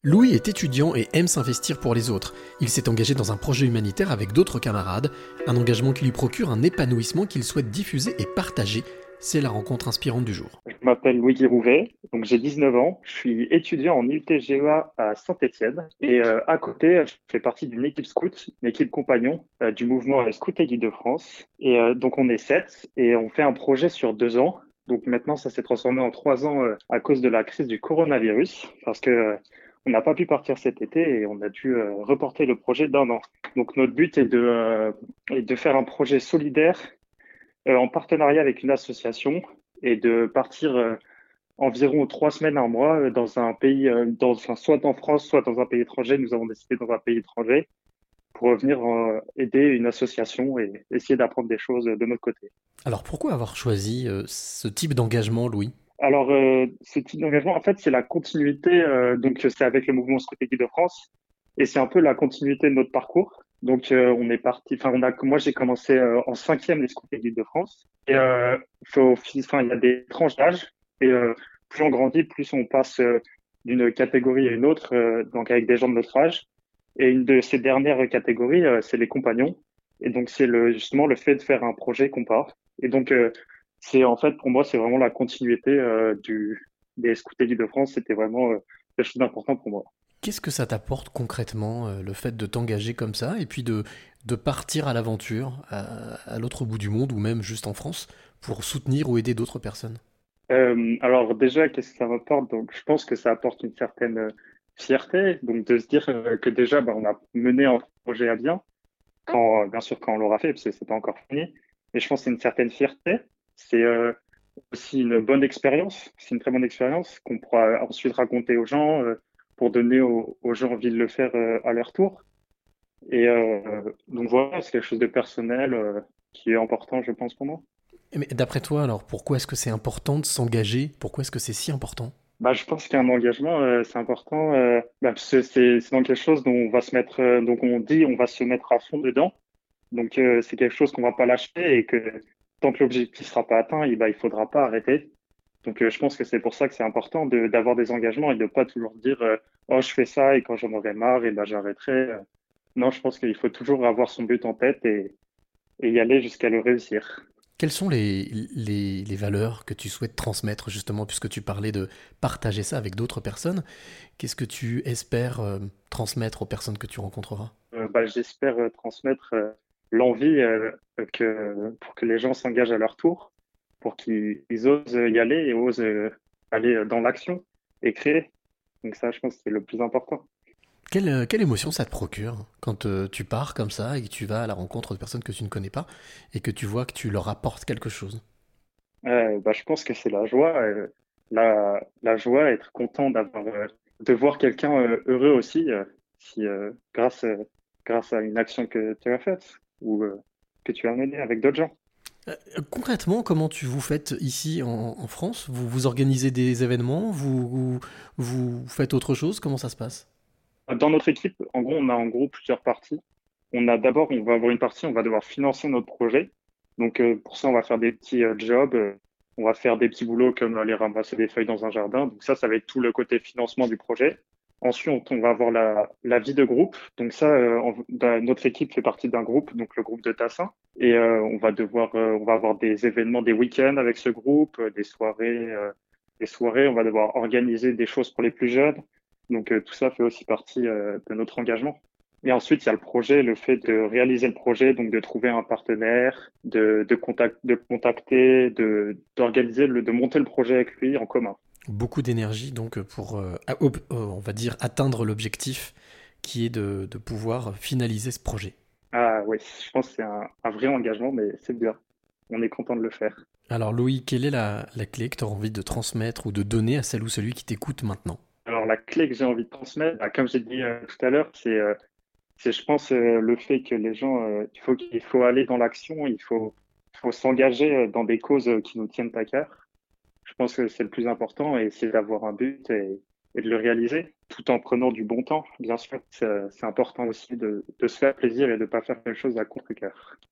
Louis est étudiant et aime s'investir pour les autres. Il s'est engagé dans un projet humanitaire avec d'autres camarades, un engagement qui lui procure un épanouissement qu'il souhaite diffuser et partager. C'est la rencontre inspirante du jour. Je m'appelle Louis Rouvet, donc j'ai 19 ans, je suis étudiant en UTGEA à Saint-Étienne et à côté, je fais partie d'une équipe scout, une équipe compagnon du mouvement Scout et Guide de France. Et donc on est 7 et on fait un projet sur 2 ans. Donc maintenant, ça s'est transformé en 3 ans à cause de la crise du coronavirus parce que on n'a pas pu partir cet été et on a dû reporter le projet d'1 an. Donc notre but est de faire un projet solidaire en partenariat avec une association et de partir environ 3 semaines, un mois dans un pays, enfin, soit en France, soit dans un pays étranger. Nous avons décidé dans un pays étranger pour venir aider une association et essayer d'apprendre des choses de notre côté. Alors pourquoi avoir choisi ce type d'engagement, Louis? Alors, ce type d'engagement, en fait, c'est la continuité. Donc, c'est avec le mouvement Scout de France et c'est un peu la continuité de notre parcours. Donc, on est parti. Enfin, moi, j'ai commencé en cinquième les Scouts de France. Et enfin, il y a des tranches d'âge et plus on grandit, plus on passe d'une catégorie à une autre, donc avec des gens de notre âge. Et une de ces dernières catégories, c'est les compagnons. Et donc, c'est justement le fait de faire un projet qu'on part. Et donc, c'est en fait, pour moi, c'est vraiment la continuité des Scouts de France. C'était vraiment quelque chose d'important pour moi. Qu'est-ce que ça t'apporte concrètement, le fait de t'engager comme ça, et puis de partir à l'aventure, à l'autre bout du monde, ou même juste en France, pour soutenir ou aider d'autres personnes? Alors déjà, qu'est-ce que ça m'apporte? Donc, je pense que ça apporte une certaine fierté. Donc, de se dire que déjà, bah, on a mené un projet à bien, bien sûr, quand on l'aura fait, parce que c'est pas encore fini. Mais je pense que c'est une certaine fierté. C'est aussi une bonne expérience. C'est une très bonne expérience qu'on pourra ensuite raconter aux gens pour donner aux gens envie de le faire à leur tour. Et donc voilà, c'est quelque chose de personnel qui est important, je pense, pour moi. Mais d'après toi, alors, pourquoi est-ce que c'est important de s'engager? Pourquoi est-ce que c'est si important? Bah, je pense qu'un engagement, c'est important, parce que c'est dans quelque chose dont on va se mettre, donc on dit on va se mettre à fond dedans. Donc c'est quelque chose qu'on va pas lâcher et que tant que l'objectif sera pas atteint, il faudra pas arrêter. Donc je pense que c'est pour ça que c'est important d'avoir des engagements et de pas toujours dire oh je fais ça et quand j'en aurai marre et ben j'arrêterai. Non, je pense qu'il faut toujours avoir son but en tête et y aller jusqu'à le réussir. Quelles sont les valeurs que tu souhaites transmettre, justement, puisque tu parlais de partager ça avec d'autres personnes? Qu'est-ce que tu espères transmettre aux personnes que tu rencontreras? Bah, j'espère transmettre l'envie pour que les gens s'engagent à leur tour, pour qu'ils osent y aller et osent aller dans l'action et créer. Donc ça, je pense que c'est le plus important. Quelle émotion ça te procure quand tu pars comme ça et que tu vas à la rencontre de personnes que tu ne connais pas et que tu vois que tu leur apportes quelque chose? Bah, je pense que c'est la joie, la joie, être content de voir quelqu'un heureux aussi, si, grâce à une action que tu as faite ou que tu as menée avec d'autres gens. Concrètement, comment vous faites ici en France? Vous organisez des événements? Vous faites autre chose? Comment ça se passe? Dans notre équipe, en gros, on a en gros plusieurs parties. On va avoir une partie, on va devoir financer notre projet. Donc, pour ça, on va faire des petits jobs. On va faire des petits boulots comme aller ramasser des feuilles dans un jardin. Donc, ça va être tout le côté financement du projet. Ensuite, on va avoir la vie de groupe. Donc, ça, notre équipe fait partie d'un groupe, donc le groupe de Tassin. Et on va avoir des événements, des week-ends avec ce groupe, des soirées. On va devoir organiser des choses pour les plus jeunes. Donc, tout ça fait aussi partie de notre engagement. Et ensuite, il y a le projet, le fait de réaliser le projet, donc de trouver un partenaire, de contacter, d'organiser, de monter le projet avec lui en commun. Beaucoup d'énergie donc pour, on va dire, atteindre l'objectif qui est de pouvoir finaliser ce projet. Ah oui, je pense que c'est un vrai engagement, mais c'est bien. On est content de le faire. Alors Louis, quelle est la clé que tu as envie de transmettre ou de donner à celle ou celui qui t'écoute maintenant? Alors, la clé que j'ai envie de transmettre, bah, comme j'ai dit tout à l'heure, c'est, je pense, le fait que les gens, il faut aller dans l'action, il faut s'engager dans des causes qui nous tiennent à cœur. Je pense que c'est le plus important et c'est d'avoir un but et de le réaliser tout en prenant du bon temps. Bien sûr, c'est important aussi de se faire plaisir et de ne pas faire quelque chose à contre-cœur.